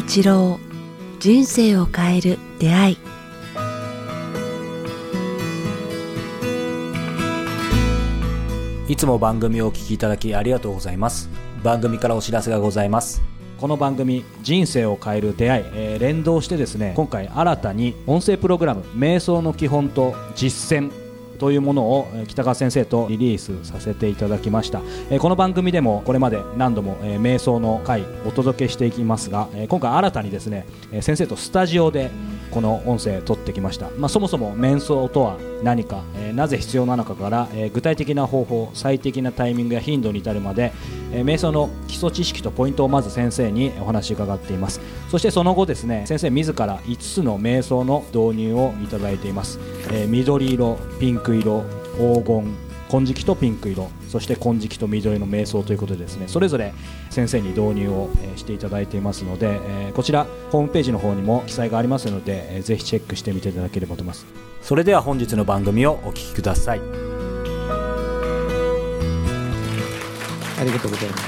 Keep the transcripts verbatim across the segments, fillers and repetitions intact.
八郎、人生を変える出会い。 いつも番組をお聞きいただきありがとうございます。番組からお知らせがございます。この番組人生を変える出会い、えー、連動してですね、今回新たに音声プログラム瞑想の基本と実践というものを北川先生とリリースさせていただきました。この番組でもこれまで何度も瞑想の回お届けしていきますが、今回新たにですね、先生とスタジオでこの音声を撮ってきました。まあ、そもそも瞑想とは何か、なぜ必要なのかから具体的な方法、最適なタイミングや頻度に至るまで瞑想の基礎知識とポイントをまず先生にお話伺っています。そしてその後ですね、先生自らいつつの瞑想の導入をいただいています。えー、緑色、ピンク色、黄金、金色とピンク色、そして金色と緑の瞑想ということでですね、それぞれ先生に導入をしていただいていますので、えー、こちらホームページの方にも記載がありますので、えー、ぜひチェックしてみていただければと思います。それでは本日の番組をお聞きください。 ありがとうございます。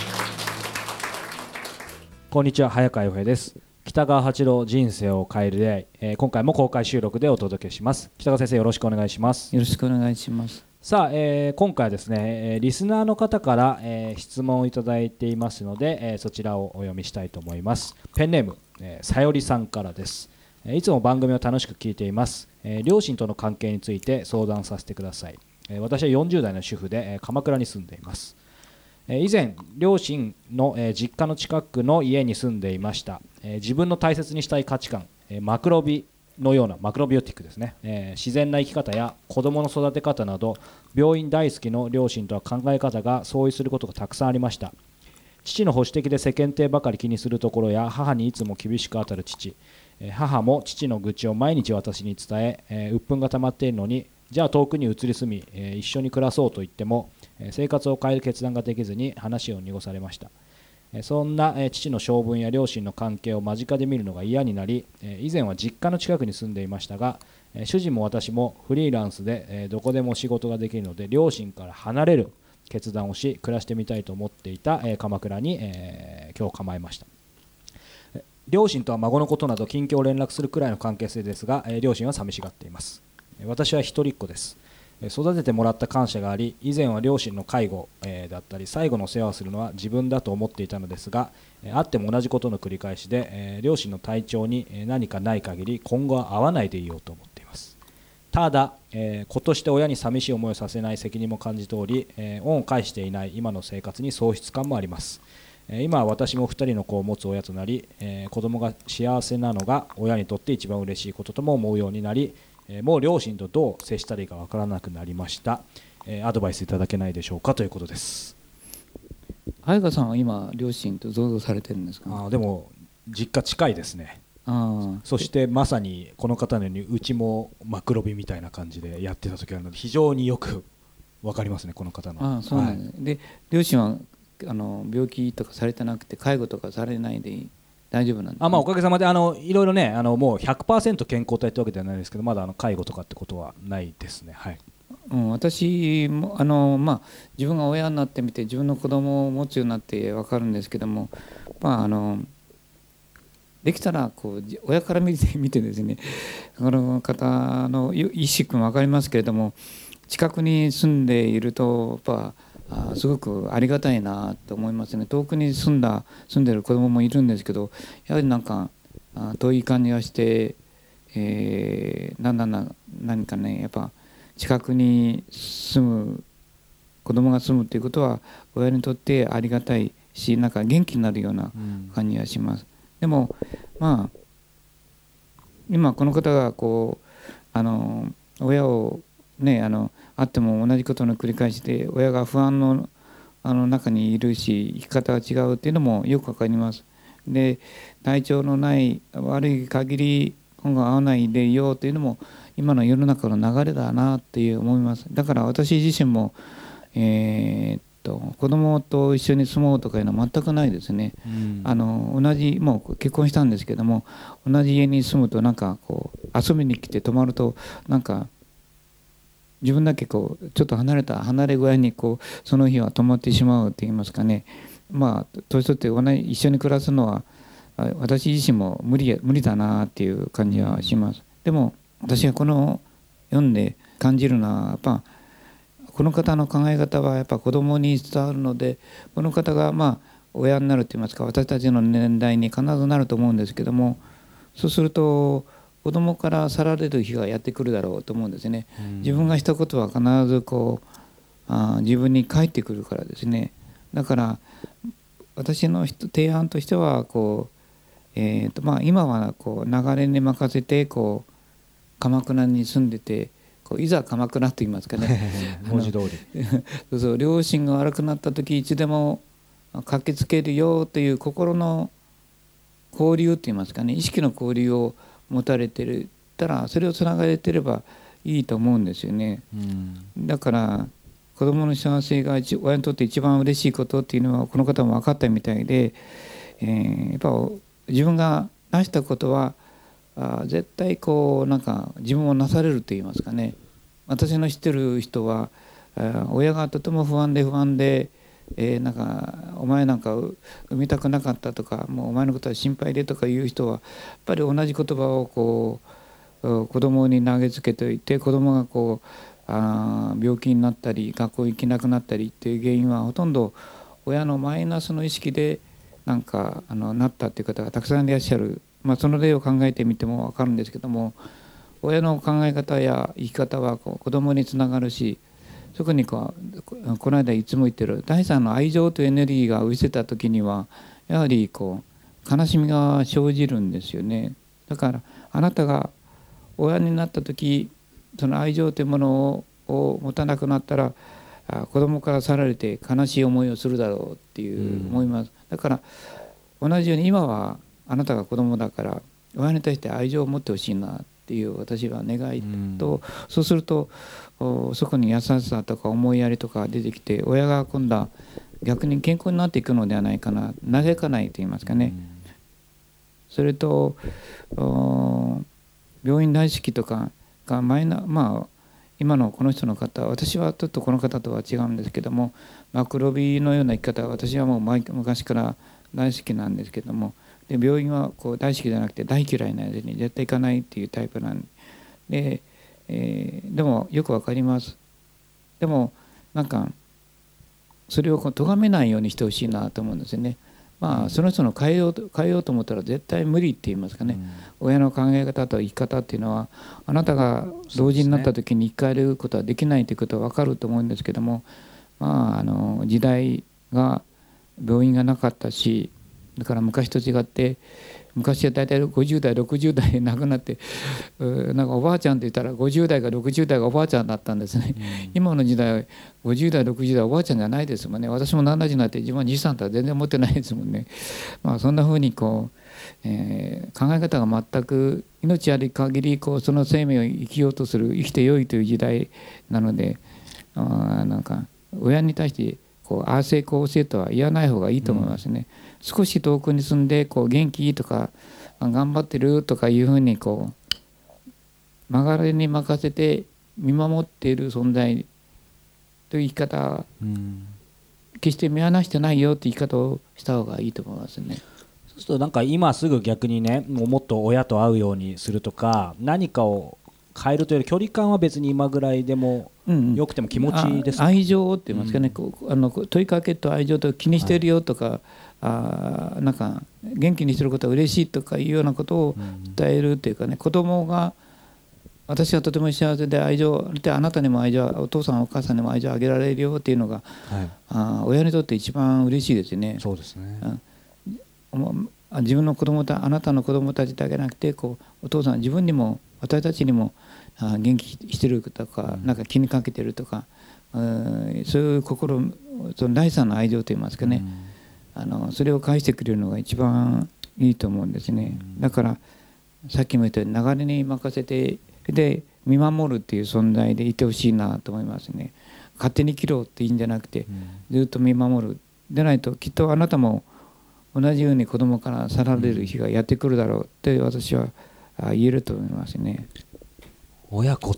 こんにちは、早川洋平です。北川八郎、人生を変える出会い、えー、今回も公開収録でお届けします。北川先生、よろしくお願いします。 よろしくお願いします。 さあ、えー、今回はですね、えー、リスナーの方から、えー、質問をいただいていますので、えー、そちらをお読みしたいと思います。ペンネーム、えー、さよりさんからです。えー、いつも番組を楽しく聞いています。えー、両親との関係について相談させてください。えー、私はよんじゅう代の主婦で、えー、鎌倉に住んでいます。以前両親の実家の近くの家に住んでいました。自分の大切にしたい価値観、マクロビのようなマクロビオティックですね、自然な生き方や子どもの育て方など病院大好きの両親とは考え方が相違することがたくさんありました。父の保守的で世間体ばかり気にするところや母にいつも厳しく当たる父、母も父の愚痴を毎日私に伝え、鬱憤が溜まっているのにじゃあ遠くに移り住み、えー、一緒に暮らそうと言っても、えー、生活を変える決断ができずに話を濁されました。えー、そんな、えー、父の性分や両親の関係を間近で見るのが嫌になり、えー、以前は実家の近くに住んでいましたが、えー、主人も私もフリーランスで、えー、どこでも仕事ができるので両親から離れる決断をし暮らしてみたいと思っていた、えー、鎌倉に、えー、今日構えました。両親とは孫のことなど近況を連絡するくらいの関係性ですが、えー、両親は寂しがっています。私は一人っ子です。育ててもらった感謝があり、以前は両親の介護、えー、だったり最後の世話をするのは自分だと思っていたのですが、えー、あっても同じことの繰り返しで、えー、両親の体調に何かない限り今後は会わないでいようと思っています。ただ、えー、子として親に寂しい思いをさせない責任も感じており、えー、恩を返していない今の生活に喪失感もあります。えー、今は私もふたりの子を持つ親となり、えー、子供が幸せなのが親にとって一番嬉しいこととも思うようになり、もう両親とどう接したらいいか分からなくなりました。えー、アドバイスいただけないでしょうかということです。 彩香さんは今両親と同居されてるんですか？ あでも実家近いですね。あそしてまさにこの方のようにうちもマクロビみたいな感じでやってた時があるので非常によく分かりますね、この方の。 あそうなんです、はい、で両親はあの病気とかされてなくて介護とかされないでいい大丈夫なんですか？ あ、まあ、おかげさまであのいろいろね、あのもう ひゃくパーセント 健康体ってわけではないですけど、まだあの介護とかってことはないですね。はい。 うん、私もあの、まあ、自分が親になってみて自分の子供を持つようになって分かるんですけども、まあ、あのできたらこう親から見て、見てですね、この方の意識も分かりますけれども、近くに住んでいるとやっぱあすごくありがたいなと思いますね。遠くに住んだ住んでる子供もいるんですけど、やはりなんかあ遠い感じがして、えー、だんだんな何かねやっぱ近くに住む子供が住むということは親にとってありがたいし、なんか元気になるような感じがします。うん、でもまあ今この方がこうあの親をねあのあっても同じことの繰り返しで親が不安の、あの中にいるし生き方が違うっていうのもよくわかります。で体調のない悪い限り今後会わないでいようというのも今の世の中の流れだなっていう思います。だから私自身も、えー、っと子供と一緒に住もうとかいうのは全くないですね。うん、あの同じもう結婚したんですけども同じ家に住むとなんかこう遊びに来て泊まるとなんか自分だけこうちょっと離れた離れ具合にこうその日は泊まってしまうといいますかね。まあ年取って同じ一緒に暮らすのは私自身も無理や無理だなっていう感じはします。でも私がこの読んで感じるのはやっぱこの方の考え方はやっぱ子供に伝わるので、この方がまあ親になるといいますか私たちの年代に必ずなると思うんですけども、そうすると子供から去られる日がやってくるだろうと思うんですね。自分がしたことは必ずこうあ自分に返ってくるからですね。だから私の提案としてはこう、えーとまあ、今はこう流れに任せてこう鎌倉に住んでてこういざ鎌倉と言いますかね文字通りそうそう両親が悪くなった時いつでも駆けつけるよという心の交流と言いますかね、意識の交流を持たれてたらそれをつながれてればいいと思うんですよね。うんだから子どもの幸せが親にとって一番嬉しいことっていうのはこの方も分かったみたいで、えー、やっぱ自分が成したことはあ絶対こうなんか自分をなされると言いますかね。私の知ってる人は親がとても不安で不安で、えー、なんかお前なんか産みたくなかったとかもうお前のことは心配でとかいう人はやっぱり同じ言葉をこう子供に投げつけておいて、子供がこうあ病気になったり学校行けなくなったりっていう原因はほとんど親のマイナスの意識でなんかあのなったっていう方がたくさんいらっしゃる。まあ、その例を考えてみても分かるんですけども、親の考え方や生き方はこう子供につながるし、特にこうこの間いつも言ってる第三の愛情とエネルギーが失せた時にはやはりこう悲しみが生じるんですよね。だからあなたが親になった時その愛情というものを持たなくなったら子供から去られて悲しい思いをするだろうっていう思います。だから同じように今はあなたが子供だから親に対して愛情を持ってほしいなっていう私は願いと、うん、そうするとそこに優しさとか思いやりとか出てきて親が今度は逆に健康になっていくのではないかな、嘆かないと言いますかね、うん、それと病院大好きとかがマイナまあ今のこの人の方、私はちょっとこの方とは違うんですけども、マクロビのような生き方は私はもう昔から大好きなんですけども、で病院はこう大好きじゃなくて大嫌いなやつに絶対行かないっていうタイプなんで、えー、でもよくわかります。でもなんかそれをこう咎めないようにしてほしいなと思うんですよね。まあその人の変えようと変えようと思ったら絶対無理って言いますかね、うん、親の考え方と生き方っていうのはあなたが老人になった時に生き返ることはできないということは分かると思うんですけども、まああの時代が病院がなかったし、だから昔と違って昔は大体ごじゅう代ろくじゅう代で亡くなってなんかおばあちゃんって言ったらごじゅう代かろくじゅう代がおばあちゃんだったんですね、うん、今の時代はごじゅう代ろくじゅう代おばあちゃんじゃないですもんね。私もななじゅうになって自分はじいさんとは全然持ってないですもんね。まあそんな風にこう、えー、考え方が全く命ある限りこうその生命を生きようとする生きてよいという時代なので、あなんか親に対してこうああせいこうせいとは言わない方がいいと思いますね、うん、少し遠くに住んでこう元気とか頑張ってるとかいうふうにこう流れに任せて見守っている存在という生き方、うん、決して見放してないよという生き方をした方がいいと思いますね。 そうするとなんか今すぐ逆にねもうもっと親と会うようにするとか何かを変えるというより距離感は別に今ぐらいでもよくても気持ちですか、 うん、愛情って言いますかね、うん、こうあの問いかけと愛情と気にしてるよとか、はい、あなんか元気にしてることは嬉しいとかいうようなことを伝えるというかね、子供が私はとても幸せで愛情であなたにも愛情お父さんお母さんにも愛情をあげられるよっていうのが、はい、あ親にとって一番嬉しいですよね。 そうですね、 うん、自分の子供たあなたの子供たちだけじゃなくてこうお父さん自分にも私たちにもあ元気してるとか、うん、なんか気にかけてるとか、うん、そういう心その第三の愛情といいますかね、うん、あのそれを返してくれるのが一番いいと思うんですね、うん、だからさっきも言ったように流れに任せてで見守るっていう存在でいてほしいなと思いますね。勝手に切ろうっていいんじゃなくて、うん、ずっと見守るでないときっとあなたも同じように子供から去られる日がやってくるだろうって私は言えると思いますね。 親子っ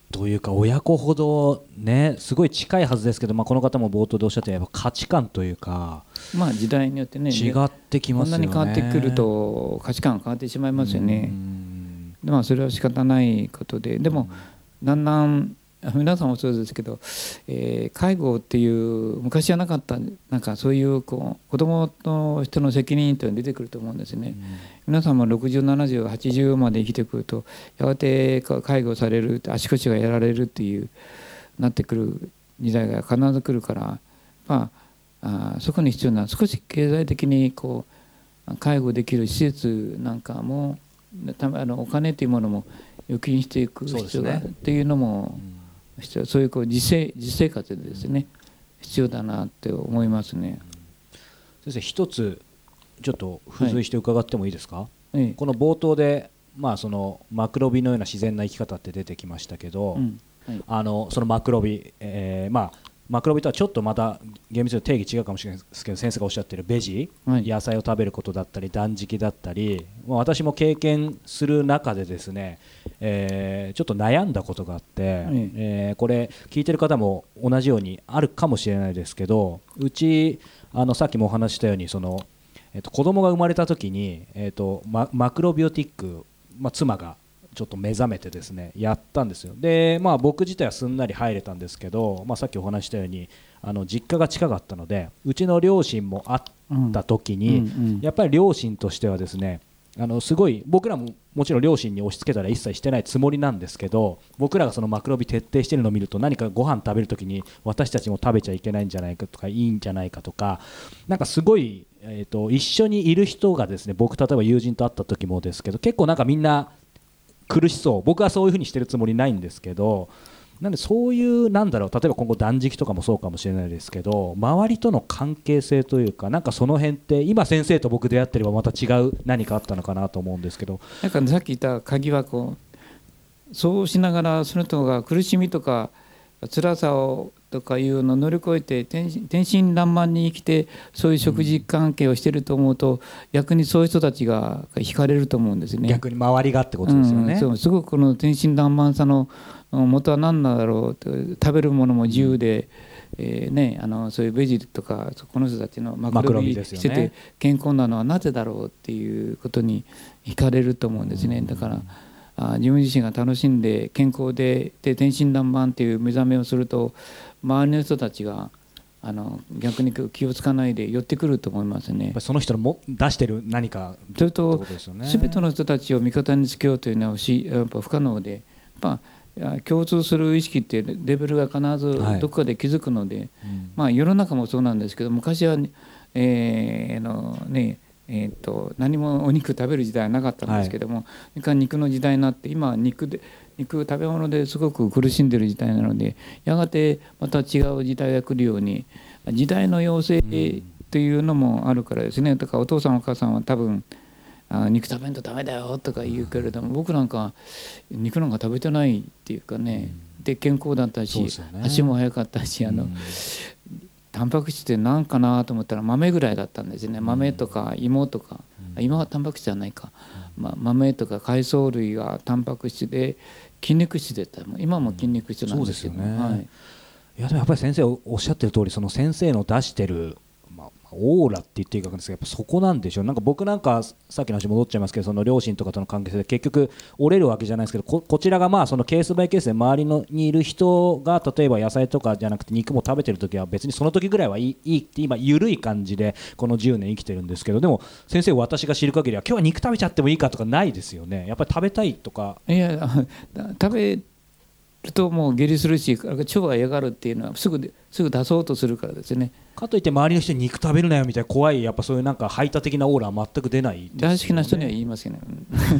というか親子ほどねすごい近いはずですけど、まあ、この方も冒頭でおっしゃったように価値観というかまあ時代によってね違ってきますよね。 こんなに変わってくると価値観が変わってしまいますよね。で、まあ、それは仕方ないことで、でもだんだん皆さんもそうですけど、えー、介護っていう昔はなかったなんかそういうこう子どもの人の責任というのが出てくると思うんですね。うん、皆さんもろくじゅう、ななじゅう、はちじゅうまで生きてくるとやがて介護される足腰がやられるっていうなってくる時代が必ず来るから、まあ、あそこに必要な少し経済的にこう介護できる施設なんかもあのお金というものも預金していく必要がっていうのも、そういうこう実生、実生活でですね必要だなって思いますね。 先生一つちょっと付随して伺ってもいいですか。 はい、 この冒頭で、まあ、そのマクロビのような自然な生き方って出てきましたけど、うんはい、あのそのマクロビ、えーまあ、マクロビとはちょっとまた厳密に定義違うかもしれないですけど先生がおっしゃっているベジ、はい、野菜を食べることだったり断食だったり、まあ、私も経験する中でですね、えー、ちょっと悩んだことがあって、はいえー、これ聞いてる方も同じようにあるかもしれないですけど、うちあのさっきもお話したようにその、えー、と子供が生まれた時に、えー、と マ, マクロビオティック、まあ、妻がちょっと目覚めてですねやったんですよ。で、まあ、僕自体はすんなり入れたんですけど、まあ、さっきお話したようにあの実家が近かったのでうちの両親も会った時に、うんうんうん、やっぱり両親としてはですねあのすごい僕らももちろん両親に押し付けたら一切してないつもりなんですけど、僕らがそのマクロビ徹底してるのを見ると何かご飯食べるときに私たちも食べちゃいけないんじゃないかとかいいんじゃないかとか、なんかすごい、えーと、一緒にいる人がですね僕例えば友人と会った時もですけど結構なんかみんな苦しそう、僕はそういうふうにしてるつもりないんですけど、なんでそういうなんだろう例えば今後断食とかもそうかもしれないですけど周りとの関係性というかなんかその辺って今先生と僕出会ってればまた違う何かあったのかなと思うんですけど、 なんかさっき言った鍵はこうそうしながらその人が苦しみとか辛さをとかいうのを乗り越えて天真爛漫に生きてそういう食事関係をしていると思うと、うん、逆にそういう人たちが惹かれると思うんですね。 逆に周りがってことですよね。 うん、そうすごくこの天真爛漫さの元は何なんだろうと、食べるものも自由で、うんえーね、あのそういうベジとかこの人たちのマクロビしてて健康なのはなぜだろうっていうことに惹かれると思うんですね。うん、だからあ自分自身が楽しんで健康で、で天真爛漫っていう目覚めをすると周りの人たちがあの逆に気をつかないで寄ってくると思いますね。やっぱりその人のも出してる何かそれと全ての人たちを味方につけようというのはやっぱ不可能で、やっぱ共通する意識ってレベルが必ずどこかで気づくので、はいうんまあ、世の中もそうなんですけど昔は、えーのねえー、と何もお肉食べる時代はなかったんですけども、はい、肉の時代になって今は肉で肉食べ物ですごく苦しんでる時代なのでやがてまた違う時代が来るように時代の要請というのもあるからですね。だからお父さんお母さんは多分あ肉食べんとダメだよとか言うけれども僕なんか肉なんか食べてないっていうかね、で健康だったし、ね、足も速かったしあの、うんタンパク質って何かなと思ったら豆ぐらいだったんですね。豆とか芋とか、うん、芋はタンパク質じゃないか、うんまあ、豆とか海藻類がタンパク質で筋肉質でった今も筋肉質なんですけど、うんそうですよねはい、 いやでもやっぱり先生おっしゃってる通りその先生の出してる、まあ、オーラって言っていいか分かんないですけどやっぱそこなんでしょう。なんか僕なんかさっきの話戻っちゃいますけどその両親とかとの関係性で結局折れるわけじゃないですけど こ, こちらがまあそのケースバイケースで周りのにいる人が例えば野菜とかじゃなくて肉も食べてる時は別にその時ぐらいはいい、いいって今緩い感じでこのじゅうねん生きてるんですけど、でも先生私が知る限りは今日は肉食べちゃってもいいかとかないですよね。やっぱり食べたいとかいや食べるともう下痢するし腸が嫌がるっていうのはすぐすぐ出そうとするからですね。 かといって周りの人に肉食べるなよみたいな怖いやっぱそういうなんか排他的なオーラは全く出ないですよね。 大好きな人には言いますけどね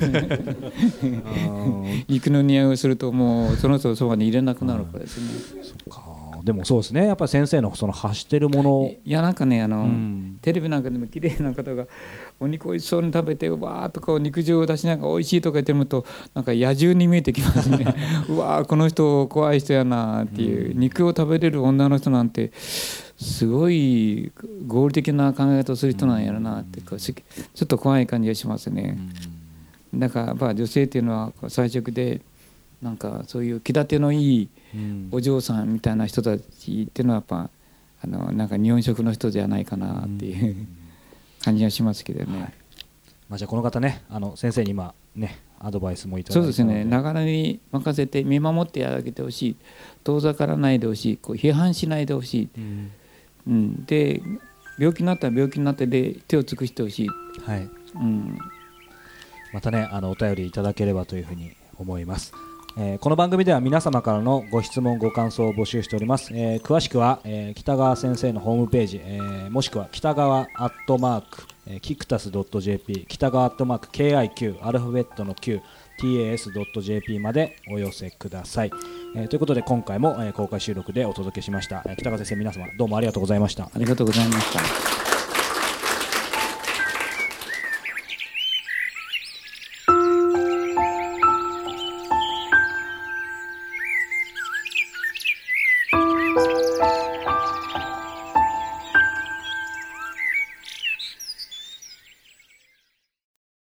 肉の匂いをするともうその人をそばに入れなくなるからですね、 うん、そっか。でもそうですねやっぱり先生のその発してるものいやなんかねあの、うん、テレビなんかでも綺麗な方がお肉おいしそうに食べてわーっとこう肉汁を出しながらおいしいとか言ってるとなんか野獣に見えてきますねうわーこの人怖い人やなっていう、うん、肉を食べれる女の人なんてすごい合理的な考え方をする人なんやろなってこうちょっと怖い感じがしますね、うん、だからやっぱ女性っていうのは最初でなんかそういう気立てのいいお嬢さんみたいな人たちっていうのはやっぱあのなんか日本食の人じゃないかなっていう感じがしますけどね。はい、 まあ、じゃあこの方ね、あの先生に今ねアドバイスもいただいて、 そうですね、流れに任せて見守ってあげてほしい、遠ざからないでほしい、こう批判しないでほしい、うんうん、で病気になったら病気になってで手を尽くしてほしい、 はい、 うん、 またねあのお便りいただければというふうに思います。えー、この番組では皆様からのご質問ご感想を募集しております。えー、詳しくは、えー、北川先生のホームページ、えー、もしくは北川アットマークキクタス .jp 北川アットマーク ケーアイキュー アルファベットの Q ティーエーエス ドット ジェーピー までお寄せください。えー、ということで今回も、えー、公開収録でお届けしました。えー、北川先生皆様どうもありがとうございました。 ありがとうございました。